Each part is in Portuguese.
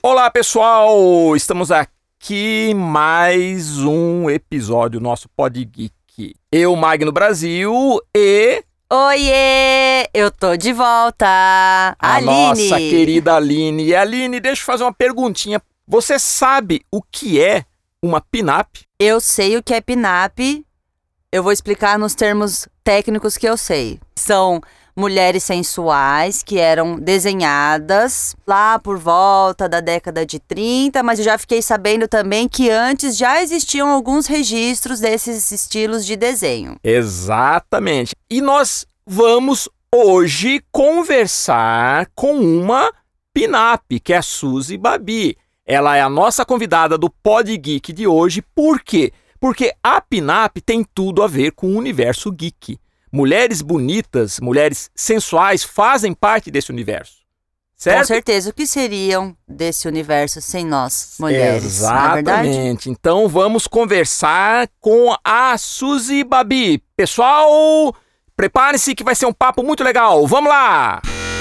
Olá, pessoal! Estamos aqui mais um episódio do nosso Pod Geek. Eu, Magno Brasil e... Oiê! Eu tô de volta! A Aline! nossa querida Aline. E Aline, deixa eu fazer uma perguntinha. Você sabe o que é uma pin-up? Eu sei o que é pin-up. Eu vou explicar nos termos técnicos que eu sei. São mulheres sensuais que eram desenhadas lá por volta da década de 30, mas eu já fiquei sabendo também que antes já existiam alguns registros desses estilos de desenho. Exatamente. E nós vamos hoje conversar com uma pin-up, que é a Suzy Babi. Ela é a nossa convidada do Pod Geek de hoje. Por quê? Porque a pin-up tem tudo a ver com o universo geek. Mulheres bonitas, mulheres sensuais fazem parte desse universo, certo? Com certeza, o que seriam desse universo sem nós, mulheres? Exatamente. Então vamos conversar com a Suzy Babi. Pessoal, prepare-se que vai ser um papo muito legal. Vamos lá!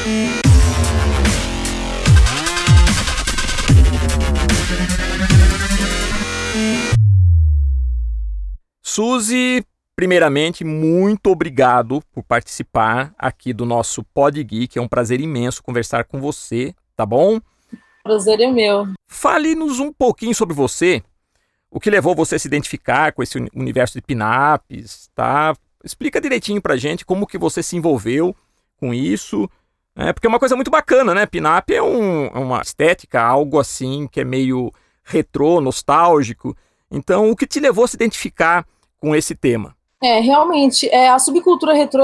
Suzy, primeiramente, muito obrigado por participar aqui do nosso Pod Geek. É um prazer imenso conversar com você, tá bom? Prazer é meu. Fale-nos um pouquinho sobre você, o que levou você a se identificar com esse universo de pin-ups, tá? Explica direitinho pra gente como que você se envolveu com isso, né? Porque é uma coisa muito bacana, né? Pin-up é uma estética, algo assim que é meio retrô, nostálgico. Então, o que te levou a se identificar com esse tema? Realmente, a subcultura retrô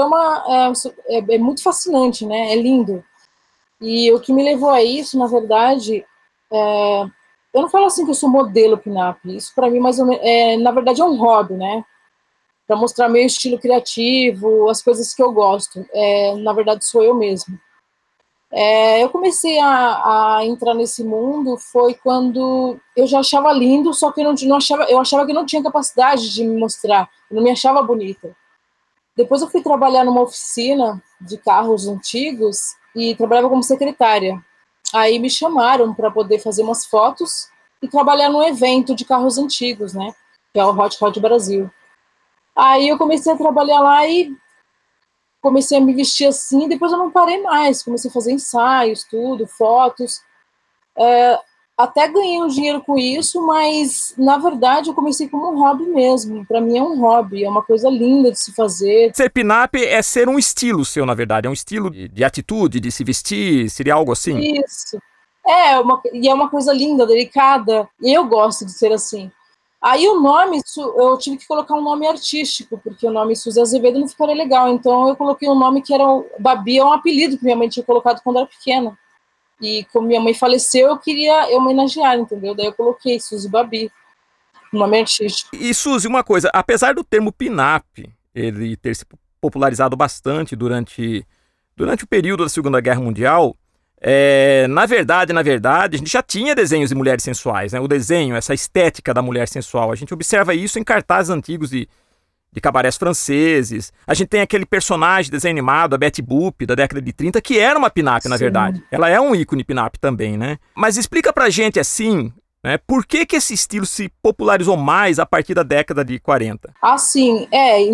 é muito fascinante, né? É lindo. E o que me levou a isso, na verdade, eu não falo assim que eu sou modelo pin-up. Isso para mim, na verdade, é um hobby, né? Para mostrar meu estilo criativo, as coisas que eu gosto. Na verdade, sou eu mesmo. Eu comecei a entrar nesse mundo foi quando eu já achava lindo, só que eu achava que não tinha capacidade de me mostrar, eu não me achava bonita. Depois eu fui trabalhar numa oficina de carros antigos e trabalhava como secretária. Aí me chamaram para poder fazer umas fotos e trabalhar num evento de carros antigos, né? Que é o Hot Rod Brasil. Aí eu comecei a trabalhar lá e comecei a me vestir assim, depois eu não parei mais, comecei a fazer ensaios, tudo, fotos, até ganhei um dinheiro com isso, mas na verdade eu comecei como um hobby mesmo, para mim é um hobby, é uma coisa linda de se fazer. Ser pin-up é ser um estilo seu, na verdade, é um estilo de atitude, de se vestir, seria algo assim? Isso, e é uma coisa linda, delicada, e eu gosto de ser assim. Aí o nome, eu tive que colocar um nome artístico, porque o nome Suzy Azevedo não ficaria legal. Então eu coloquei um nome que era Babi, é um apelido que minha mãe tinha colocado quando era pequena. E como minha mãe faleceu, eu queria homenagear, entendeu? Daí eu coloquei Suzy Babi, um nome artístico. E Suzy, uma coisa, apesar do termo pin-up ele ter se popularizado bastante durante o período da Segunda Guerra Mundial, na verdade, a gente já tinha desenhos de mulheres sensuais, né? O desenho, essa estética da mulher sensual, a gente observa isso em cartazes antigos de cabarés franceses. A gente tem aquele personagem desenho animado, a Betty Boop, da década de 30, que era uma pin-up, na verdade. Ela é um ícone pin-up também, né? Mas explica pra gente, assim, né, por que esse estilo se popularizou mais a partir da década de 40? Ah, sim.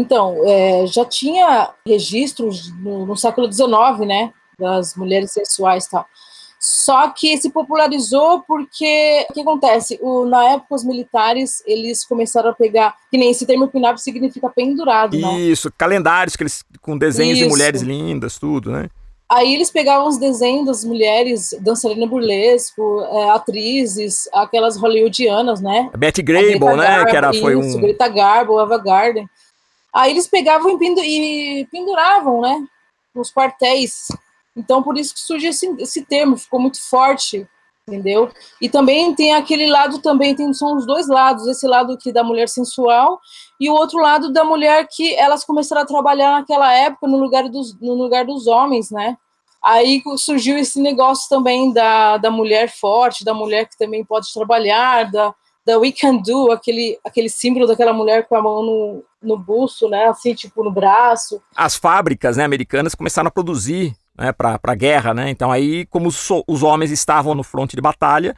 Já tinha registros no século XIX, né? Das mulheres sensuais e tal. Só que se popularizou porque, o que acontece? Na época, os militares, eles começaram a pegar, que nem esse termo pin-up significa pendurado, né? Isso, calendários com desenhos de mulheres lindas, tudo, né? Aí eles pegavam os desenhos das mulheres, dançarina burlesco, atrizes, aquelas hollywoodianas, né? A Betty Grable, né? Greta Garbo, Ava Gardner. Aí eles pegavam e penduravam, né? Nos quartéis. Então, por isso que surgiu esse termo, ficou muito forte, entendeu? E também tem aquele lado, são os dois lados, esse lado aqui da mulher sensual e o outro lado da mulher que elas começaram a trabalhar naquela época no lugar dos homens, né? Aí surgiu esse negócio também da mulher forte, da mulher que também pode trabalhar, da We Can Do, aquele símbolo daquela mulher com a mão no busto, né? Assim, tipo, no braço. As fábricas, né, americanas começaram a produzir, né, para a guerra, né? Então aí, como os homens estavam no fronte de batalha,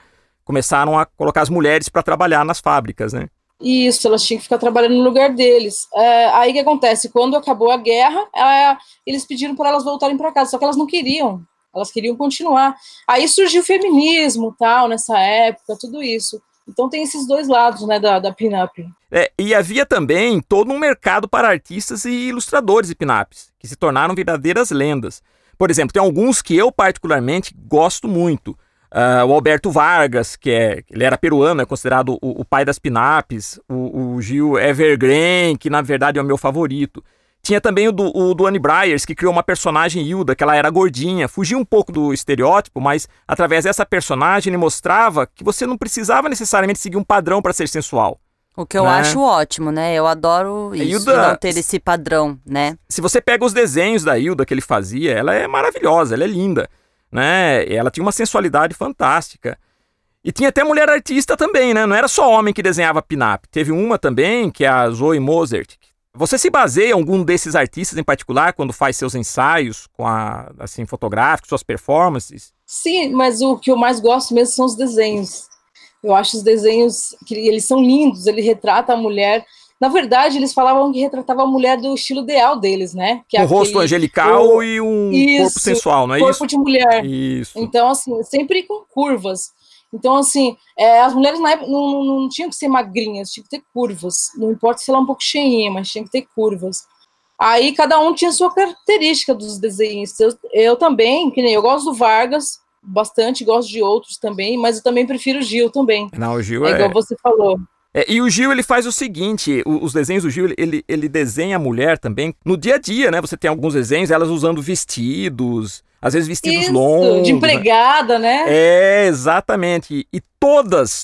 começaram a colocar as mulheres para trabalhar nas fábricas, né? Isso, elas tinham que ficar trabalhando no lugar deles. Aí o que acontece? Quando acabou a guerra, eles pediram para elas voltarem para casa, só que elas não queriam. Elas queriam continuar. Aí surgiu o feminismo, tal, nessa época, tudo isso. Então tem esses dois lados, né, da pin-up. E havia também todo um mercado para artistas e ilustradores de pin-ups, que se tornaram verdadeiras lendas. Por exemplo, tem alguns que eu particularmente gosto muito. O Alberto Vargas, ele era peruano, é considerado o pai das pin-ups. O Gil Evergreen, que na verdade é o meu favorito. Tinha também o do Annie Bryers, que criou uma personagem Hilda, que ela era gordinha, fugia um pouco do estereótipo, mas através dessa personagem ele mostrava que você não precisava necessariamente seguir um padrão para ser sensual. O que eu acho ótimo, né? Eu adoro isso, Hilda, não ter esse padrão, né? Se você pega os desenhos da Hilda que ele fazia, ela é maravilhosa, ela é linda, né? Ela tinha uma sensualidade fantástica. E tinha até mulher artista também, né? Não era só homem que desenhava pin-up. Teve uma também, que é a Zoe Mozart. Você se baseia em algum desses artistas em particular quando faz seus ensaios assim, fotográficos, suas performances? Sim, mas o que eu mais gosto mesmo são os desenhos. Eu acho os desenhos que eles são lindos, ele retrata a mulher. Na verdade, eles falavam que retratava a mulher do estilo ideal deles, né? Que um rosto angelical e um corpo sensual, não é corpo isso? Corpo de mulher. Isso. Então, assim, sempre com curvas. Então, assim, as mulheres na época não tinham que ser magrinhas, tinham que ter curvas. Não importa se ela é um pouco cheinha, mas tinha que ter curvas. Aí cada um tinha sua característica dos desenhos. Eu também, que nem eu gosto do Vargas bastante, gosto de outros também, mas eu também prefiro o Gil também. Não, o Gil igual você falou. E o Gil, ele faz o seguinte, os desenhos do Gil, ele desenha a mulher também no dia a dia, né? Você tem alguns desenhos, elas usando vestidos, às vezes vestidos longos. De empregada, né? Exatamente. E todas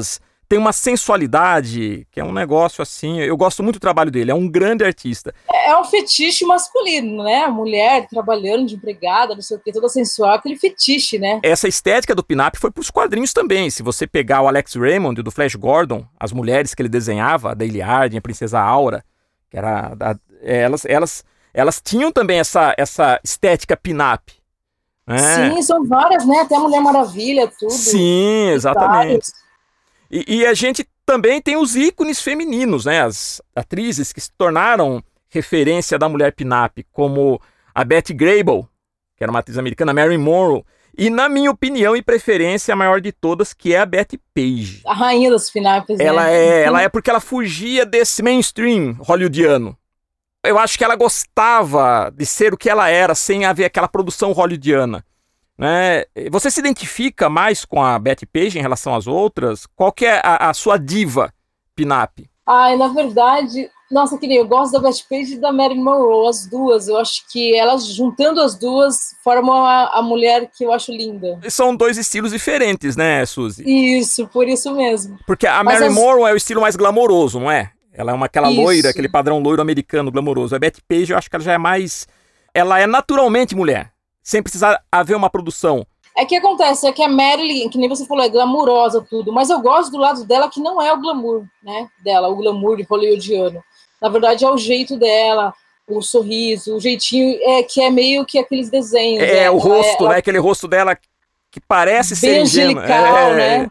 têm uma sensualidade, que é um negócio assim, eu gosto muito do trabalho dele, é um grande artista. É um fetiche masculino, né? A mulher trabalhando de empregada, não sei o que, toda sensual, aquele fetiche, né? Essa estética do pin-up foi pros quadrinhos também. Se você pegar o Alex Raymond, do Flash Gordon, as mulheres que ele desenhava, a Daily Harding, a Princesa Aura, que era elas tinham também essa estética pin-up. Sim, são várias, né? Até a Mulher Maravilha, tudo. Sim, exatamente. E a gente também tem os ícones femininos, né? As atrizes que se tornaram referência da mulher pin-up, como a Betty Grable, que era uma atriz americana, Marilyn Monroe, e, na minha opinião e preferência, a maior de todas, que é a Betty Page. A rainha das pin-ups, Ela é porque ela fugia desse mainstream hollywoodiano. Eu acho que ela gostava de ser o que ela era, sem haver aquela produção hollywoodiana. Né? Você se identifica mais com a Betty Page em relação às outras? Qual que é a sua diva pin-up? Na verdade, nossa, que nem eu gosto da Betty Page e da Marilyn Monroe, as duas. Eu acho que elas, juntando as duas, formam a mulher que eu acho linda. São dois estilos diferentes, né, Suzy? Isso, por isso mesmo. Porque a Marilyn Monroe é o estilo mais glamouroso, não é? Ela é aquela loira, aquele padrão loiro americano glamouroso. A Betty Page, eu acho que ela já é mais... Ela é naturalmente mulher, sem precisar haver uma produção. É que acontece, é que a Marilyn, que nem você falou, é glamurosa tudo, mas eu gosto do lado dela que não é o glamour, né, dela, o glamour hollywoodiano. Na verdade é o jeito dela, o sorriso, o jeitinho, que é meio que aqueles desenhos. O rosto, né, aquele rosto dela que parece ser ingênuo. Angelical, né?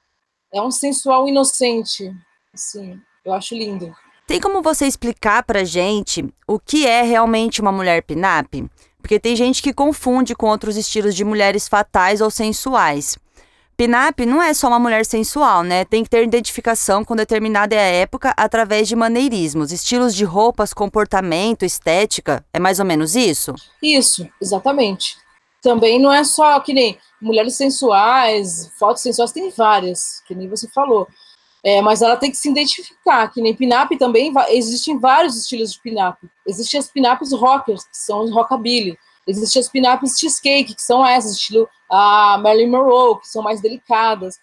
É um sensual inocente, assim, eu acho lindo. Tem como você explicar pra gente o que é realmente uma mulher pin-up? Porque tem gente que confunde com outros estilos de mulheres fatais ou sensuais. Pin-up não é só uma mulher sensual, né? Tem que ter identificação com determinada época através de maneirismos, estilos de roupas, comportamento, estética. É mais ou menos isso? Isso, exatamente. Também não é só que nem mulheres sensuais, fotos sensuais, tem várias, que nem você falou. Mas ela tem que se identificar, que nem pin-up também, existem vários estilos de pin-up. Existem as pin-ups rockers, que são os rockabilly. Existem as pin-ups cheesecake, que são essas, estilo a Marilyn Monroe, que são mais delicadas.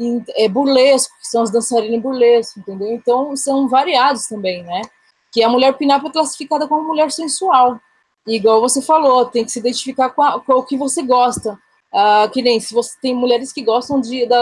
E burlesco, que são as dançarinas burlesco, entendeu? Então, são variados também, né? Que a mulher pin-up é classificada como mulher sensual. E, igual você falou, tem que se identificar com o que você gosta. Que nem se você tem mulheres que gostam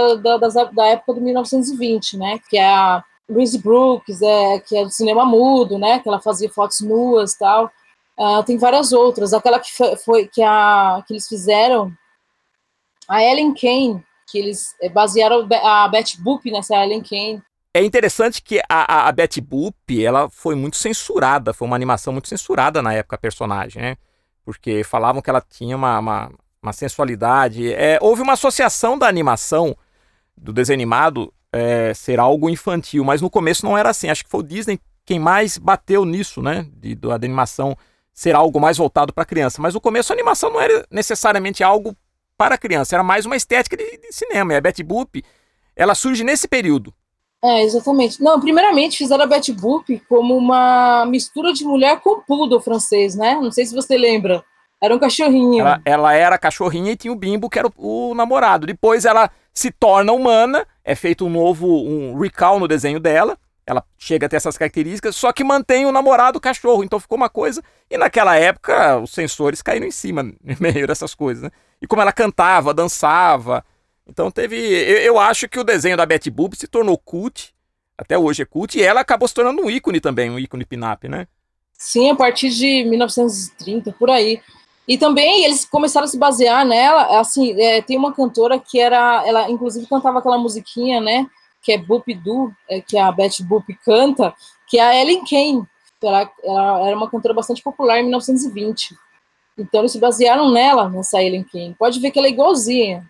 da época do 1920, né? Que é a Louise Brooks, que é do cinema mudo, né? Que ela fazia fotos nuas e tal. Tem várias outras. Aquela que eles fizeram, a Ellen Kane, que eles basearam a Betty Boop nessa Ellen Kane. É interessante que a Betty Boop, ela foi muito censurada, foi uma animação muito censurada na época, a personagem, né? Porque falavam que ela tinha uma sensualidade. Houve uma associação da animação, do desenho animado, ser algo infantil, mas no começo não era assim. Acho que foi o Disney quem mais bateu nisso, né? Da animação ser algo mais voltado para criança. Mas no começo a animação não era necessariamente algo para criança, era mais uma estética de cinema. E a Betty Boop, ela surge nesse período. Exatamente. Não, primeiramente fizeram a Betty Boop como uma mistura de mulher com poodle francês, né? Não sei se você lembra. Era um cachorrinho. Ela era cachorrinha e tinha o Bimbo, que era o namorado. Depois ela se torna humana, é feito um recall no desenho dela. Ela chega a ter essas características, só que mantém o namorado cachorro. Então ficou uma coisa... E naquela época, os censores caíram em cima, no meio dessas coisas, né? E como ela cantava, dançava... Então teve... Eu acho que o desenho da Betty Boop se tornou cult, até hoje é cult, e ela acabou se tornando um ícone também, um ícone pin-up, né? Sim, a partir de 1930, por aí. E também eles começaram a se basear nela, assim, tem uma cantora que ela inclusive cantava aquela musiquinha, né, que é Boop Doo, que a Betty Boop canta, que é a Ellen Kane. Ela era uma cantora bastante popular em 1920. Então eles se basearam nela, nessa Ellen Kane. Pode ver que ela é igualzinha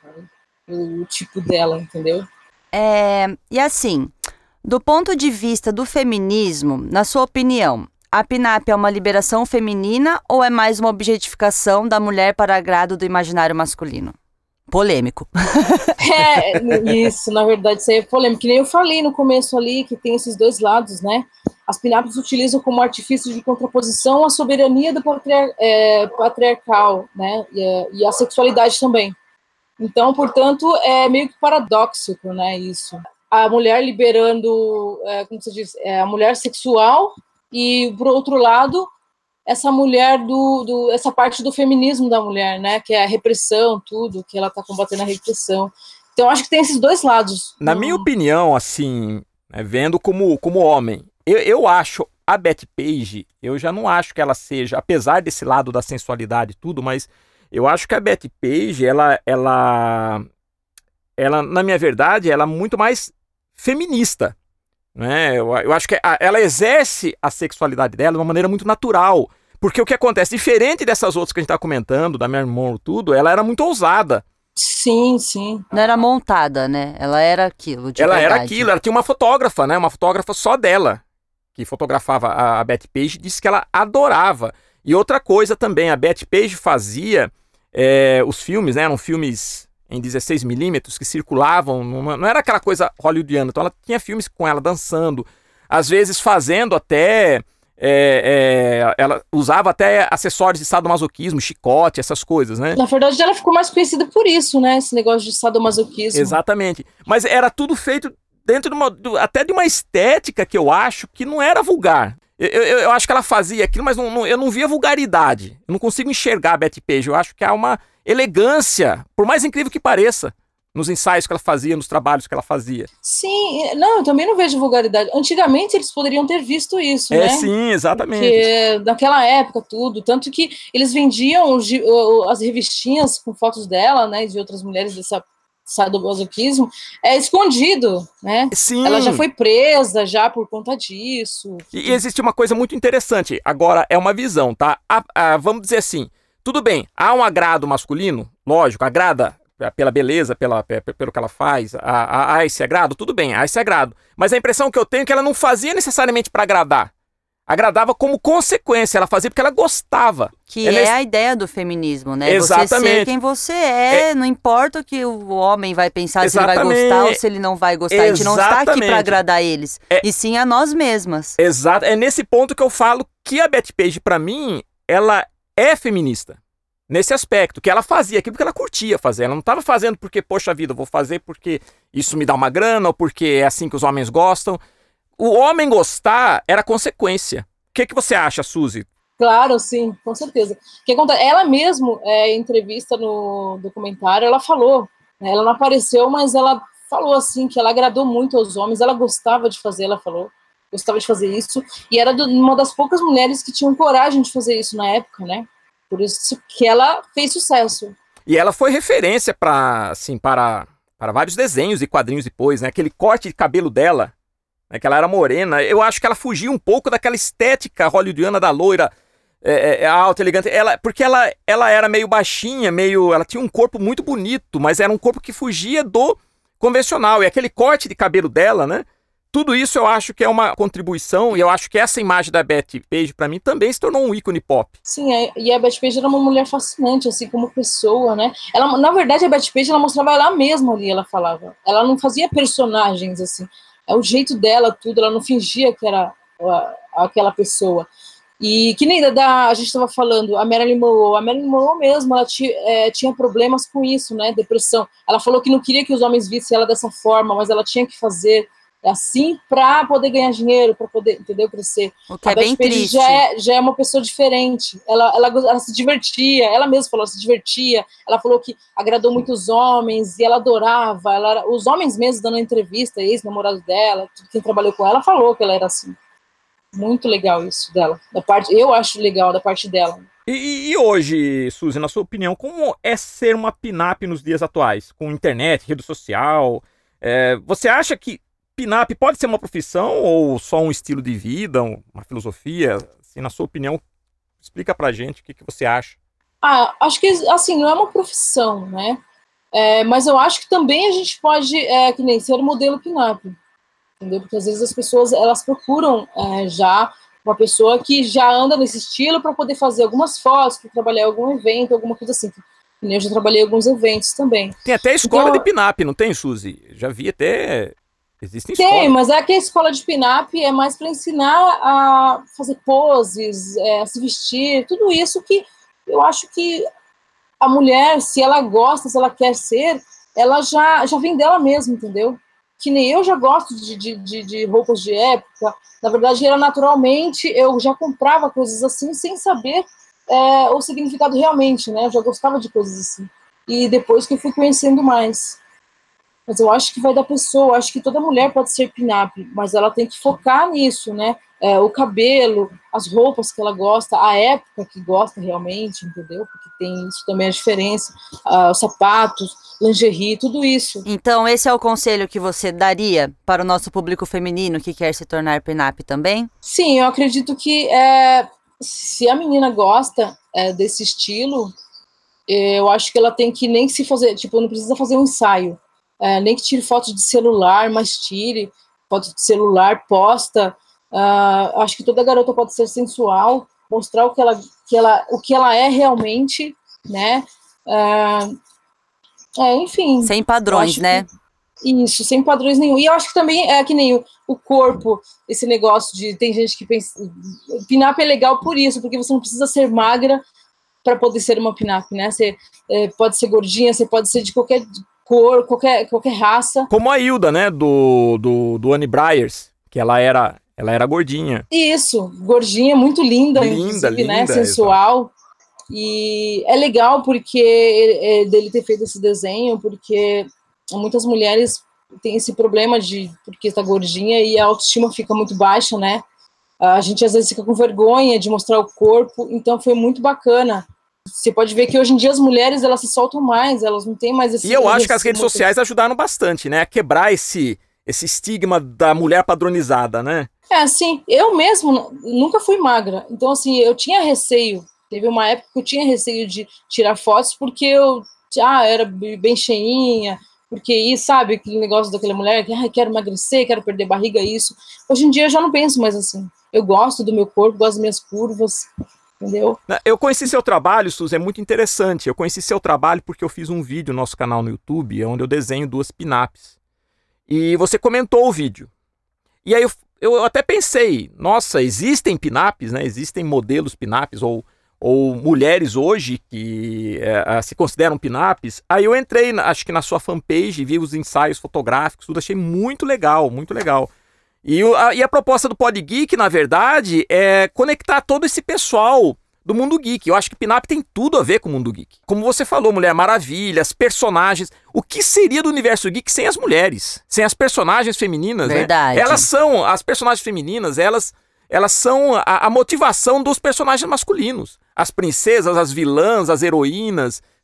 o tipo dela, entendeu? E assim, do ponto de vista do feminismo, na sua opinião, a pin-up é uma liberação feminina ou é mais uma objetificação da mulher para agrado do imaginário masculino? Polêmico. Isso, na verdade, isso aí é polêmico. Que nem eu falei no começo ali, que tem esses dois lados, né? As pin-ups utilizam como artifício de contraposição a soberania do patriarcal, né? E a sexualidade também. Então, portanto, é meio que paradoxo, né, isso. A mulher liberando, como você diz, a mulher sexual e, por outro lado, essa mulher essa parte do feminismo da mulher, né, que é a repressão, tudo, que ela está combatendo a repressão. Então, acho que tem esses dois lados. Na minha opinião, assim, vendo como homem, eu acho a Betty Page, eu já não acho que ela seja, apesar desse lado da sensualidade e tudo, mas... Eu acho que a Betty Page, ela, na minha verdade, ela é muito mais feminista, né? Eu acho que ela exerce a sexualidade dela de uma maneira muito natural. Porque o que acontece, diferente dessas outras que a gente está comentando, da Marilyn Monroe tudo, ela era muito ousada. Sim, sim. Não era montada, né? Ela era aquilo, de Ela verdade. era aquilo, ela tinha uma fotógrafa, né? Uma fotógrafa só dela, que fotografava a Betty Page, disse que ela adorava. E outra coisa também, a Betty Page fazia... os filmes, né, eram filmes em 16mm que circulavam, não era aquela coisa hollywoodiana, então ela tinha filmes com ela dançando, às vezes fazendo até, ela usava até acessórios de sadomasoquismo, chicote, essas coisas, né? Na verdade, ela ficou mais conhecida por isso, né, esse negócio de sadomasoquismo. Exatamente, mas era tudo feito dentro até de uma estética que eu acho que não era vulgar. Eu acho que ela fazia aquilo, mas eu não via vulgaridade. Eu não consigo enxergar a Betty Page. Eu acho que há uma elegância, por mais incrível que pareça, nos ensaios que ela fazia, nos trabalhos que ela fazia. Sim, não, eu também não vejo vulgaridade. Antigamente eles poderiam ter visto isso, né? Sim, exatamente. Porque naquela época tudo, tanto que eles vendiam as revistinhas com fotos dela, né, de outras mulheres dessa sadomasoquismo, escondido, né? Sim. Ela já foi presa já por conta disso. E existe uma coisa muito interessante. Agora, é uma visão, tá? Vamos dizer assim, tudo bem, há um agrado masculino, lógico, agrada pela beleza, pelo que ela faz, há esse agrado, tudo bem, há esse agrado. Mas a impressão que eu tenho é que ela não fazia necessariamente para agradar. Agradava como consequência, ela fazia porque ela gostava. Que é a ideia do feminismo, né? Exatamente. Você ser quem você é, não importa o que o homem vai pensar, Exatamente. Se ele vai gostar ou se ele não vai gostar. A gente não está aqui para agradar eles, e sim a nós mesmas. Exato, é nesse ponto que eu falo que a Betty Page, para mim, ela é feminista. Nesse aspecto, que ela fazia aquilo porque ela curtia fazer. Ela não estava fazendo porque, poxa vida, eu vou fazer porque isso me dá uma grana ou porque é assim que os homens gostam. O homem gostar era consequência. O que você acha, Suzy? Claro, sim, com certeza. Que acontece, ela mesmo, em entrevista no documentário, ela falou, né, ela não apareceu, mas ela falou assim, que ela agradou muito aos homens, ela gostava de fazer, ela falou, gostava de fazer isso, e era uma das poucas mulheres que tinham coragem de fazer isso na época, né? Por isso que ela fez sucesso. E ela foi referência para vários desenhos e quadrinhos depois, né? Aquele corte de cabelo dela, né? Que ela era morena. Eu acho que ela fugia um pouco daquela estética hollywoodiana da loira alta, elegante. Porque ela era meio baixinha, ela tinha um corpo muito bonito, mas era um corpo que fugia do convencional. E aquele corte de cabelo dela, né? Tudo isso eu acho que é uma contribuição, e eu acho que essa imagem da Betty Page, pra mim, também se tornou um ícone pop. Sim, e a Betty Page era uma mulher fascinante, assim, como pessoa, né? Ela, na verdade, a Betty Page, ela mostrava ela mesma ali, ela falava. Ela não fazia personagens, assim. É o jeito dela, tudo, ela não fingia que era aquela pessoa. E que nem a gente estava falando, a Marilyn Monroe mesmo, ela tinha problemas com isso, né? Depressão. Ela falou que não queria que os homens vissem ela dessa forma, mas ela tinha que fazer assim para poder ganhar dinheiro, para poder, entendeu, crescer. O que é bem triste. Já é uma pessoa diferente. Ela se divertia, ela mesma falou, se divertia. Ela falou que agradou muitos homens e ela adorava. Os homens mesmo dando entrevista, ex-namorado dela, quem trabalhou com ela, falou que ela era assim. Muito legal isso dela. Eu acho legal da parte dela. E hoje, Suzy, na sua opinião, como é ser uma pin-up nos dias atuais? Com internet, rede social? Você acha que pin-up pode ser uma profissão ou só um estilo de vida, uma filosofia? Assim, na sua opinião, explica pra gente o que você acha. Acho que, assim, não é uma profissão, né? Mas eu acho que também a gente pode, que nem ser modelo pin-up, entendeu? Porque às vezes as pessoas, elas procuram já uma pessoa que já anda nesse estilo para poder fazer algumas fotos, para trabalhar em algum evento, alguma coisa assim. Eu já trabalhei em alguns eventos também. Tem até escola de pin-up, não tem, Suzy? Já vi até... Existem escolas. Tem, mas que a escola de pin-up é mais para ensinar a fazer poses, a se vestir, tudo isso que eu acho que a mulher, se ela gosta, se ela quer ser, ela já vem dela mesma, entendeu? Que nem eu já gosto de roupas de época. Na verdade, era naturalmente, eu já comprava coisas assim sem saber o significado realmente, né? Eu já gostava de coisas assim. E depois que eu fui conhecendo mais. Mas eu acho que vai da pessoa, eu acho que toda mulher pode ser pin-up, mas ela tem que focar nisso, né? O cabelo, as roupas que ela gosta, a época que gosta realmente, entendeu? Porque tem isso também a diferença, os sapatos, lingerie, tudo isso. Então, esse é o conselho que você daria para o nosso público feminino que quer se tornar pin-up também? Sim, eu acredito que se a menina gosta desse estilo, eu acho que ela tem que nem se fazer, tipo, não precisa fazer um ensaio. Nem que tire foto de celular, mas tire foto de celular, posta. Acho que toda garota pode ser sensual, mostrar o que ela é realmente, né? Enfim. Sem padrões, né? Isso, sem padrões nenhum. E eu acho que também é que nem o corpo, esse negócio de... Tem gente que pensa... Pin-up é legal por isso, porque você não precisa ser magra para poder ser uma pin-up, né? Você pode ser gordinha, você pode ser de qualquer cor, qualquer raça. Como a Hilda, né, do Annie Briers, que ela era gordinha. Isso, gordinha, muito linda, inclusive, né, sensual. Exatamente. E é legal porque dele ter feito esse desenho, porque muitas mulheres têm esse problema porque está gordinha e a autoestima fica muito baixa, né? A gente às vezes fica com vergonha de mostrar o corpo, então foi muito bacana. Você pode ver que hoje em dia as mulheres, elas se soltam mais, elas não têm mais esse... E eu acho que as redes sociais ajudaram bastante, né? A quebrar esse estigma da mulher padronizada, né? Assim, eu mesmo nunca fui magra. Então, assim, eu tinha receio. Teve uma época que eu tinha receio de tirar fotos porque eu era bem cheinha, porque isso, sabe, aquele negócio daquela mulher que quero emagrecer, quero perder barriga, isso. Hoje em dia eu já não penso mais assim. Eu gosto do meu corpo, gosto das minhas curvas, entendeu? Eu conheci seu trabalho, Suzy, é muito interessante. Eu conheci seu trabalho porque eu fiz um vídeo no nosso canal no YouTube, onde eu desenho 2 pin-ups. E você comentou o vídeo. E aí eu até pensei, nossa, existem pin-ups, né? Existem modelos pin-ups ou mulheres hoje que se consideram pin-ups. Aí eu entrei, acho que na sua fanpage, vi os ensaios fotográficos, tudo, achei muito legal, muito legal. E a proposta do Pod Geek, na verdade, é conectar todo esse pessoal do mundo geek. Eu acho que pin-up tem tudo a ver com o mundo geek. Como você falou, Mulher Maravilha, as personagens. O que seria do universo geek sem as mulheres? Sem as personagens femininas, verdade, né? Elas são, as personagens femininas, elas são a motivação dos personagens masculinos. As princesas, as vilãs, as heroínas.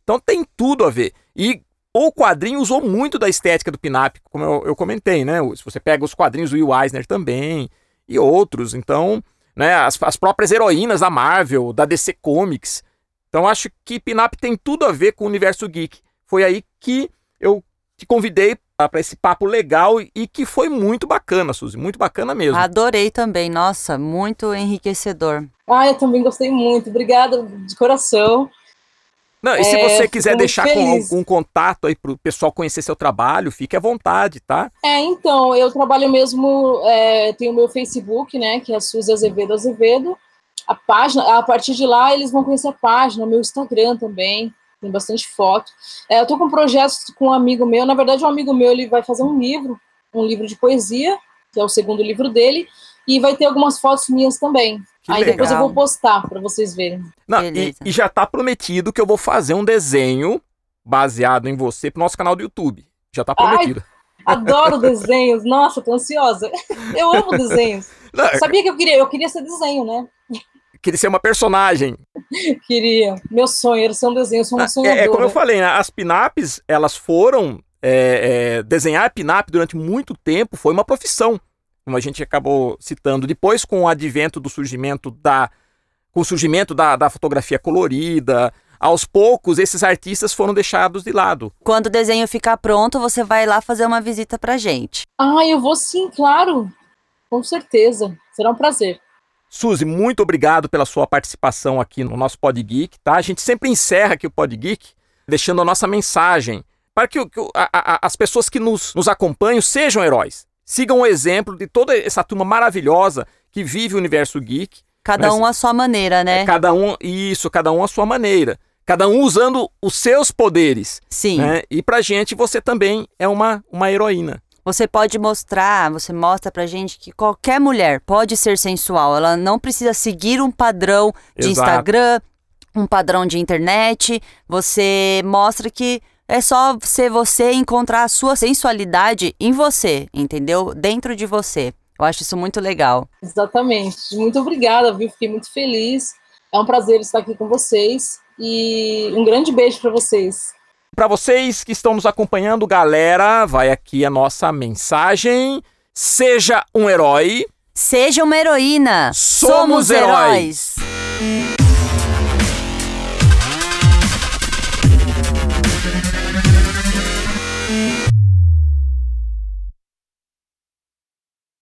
Então tem tudo a ver. E o quadrinho usou muito da estética do pin-up, como eu comentei, né? Se você pega os quadrinhos do Will Eisner também, e outros, então, né? As próprias heroínas da Marvel, da DC Comics. Então acho que pin-up tem tudo a ver com o universo geek. Foi aí que eu te convidei para esse papo legal e que foi muito bacana, Suzy, muito bacana mesmo. Adorei também, nossa, muito enriquecedor. Eu também gostei muito, obrigada de coração. Não, e se você quiser deixar com feliz. algum contato aí pro pessoal conhecer seu trabalho, fique à vontade, tá? Então, eu trabalho mesmo, tenho o meu Facebook, né, que é a Suzy Azevedo. A página, a partir de lá eles vão conhecer a página, meu Instagram também, tem bastante foto. Eu tô com projetos com um amigo meu, na verdade um amigo meu ele vai fazer um livro de poesia, que é o segundo livro dele, e vai ter algumas fotos minhas também. Que aí legal. Depois eu vou postar para vocês verem. Não, e já tá prometido que eu vou fazer um desenho baseado em você pro nosso canal do YouTube. Já tá prometido. Adoro desenhos, nossa, tô ansiosa. Eu amo desenhos. Não, Sabia que eu queria ser desenho, né? Queria ser uma personagem. Queria. Meu sonho era ser um desenho, eu sou uma sonhadora. Como eu falei, né? As pin-ups, elas foram... desenhar pin-up durante muito tempo foi uma profissão, como a gente acabou citando. Depois, com o advento do surgimento da fotografia colorida, aos poucos, esses artistas foram deixados de lado. Quando o desenho ficar pronto, você vai lá fazer uma visita pra gente. Eu vou sim, claro. Com certeza. Será um prazer. Suzy, muito obrigado pela sua participação aqui no nosso Pod Geek, tá? A gente sempre encerra aqui o Pod Geek deixando a nossa mensagem para que as pessoas que nos acompanham sejam heróis. Sigam o exemplo de toda essa turma maravilhosa que vive o universo geek. Cada um à sua maneira, né? Cada um à sua maneira. Cada um usando os seus poderes. Sim. Né? E pra gente, você também é uma heroína. Você mostra pra gente que qualquer mulher pode ser sensual. Ela não precisa seguir um padrão de Exato. Instagram, um padrão de internet. Você mostra que é só ser você encontrar a sua sensualidade em você, entendeu? Dentro de você. Eu acho isso muito legal. Exatamente. Muito obrigada, viu? Fiquei muito feliz. É um prazer estar aqui com vocês. E um grande beijo para vocês. Para vocês que estão nos acompanhando, galera, vai aqui a nossa mensagem. Seja um herói. Seja uma heroína. Somos heróis.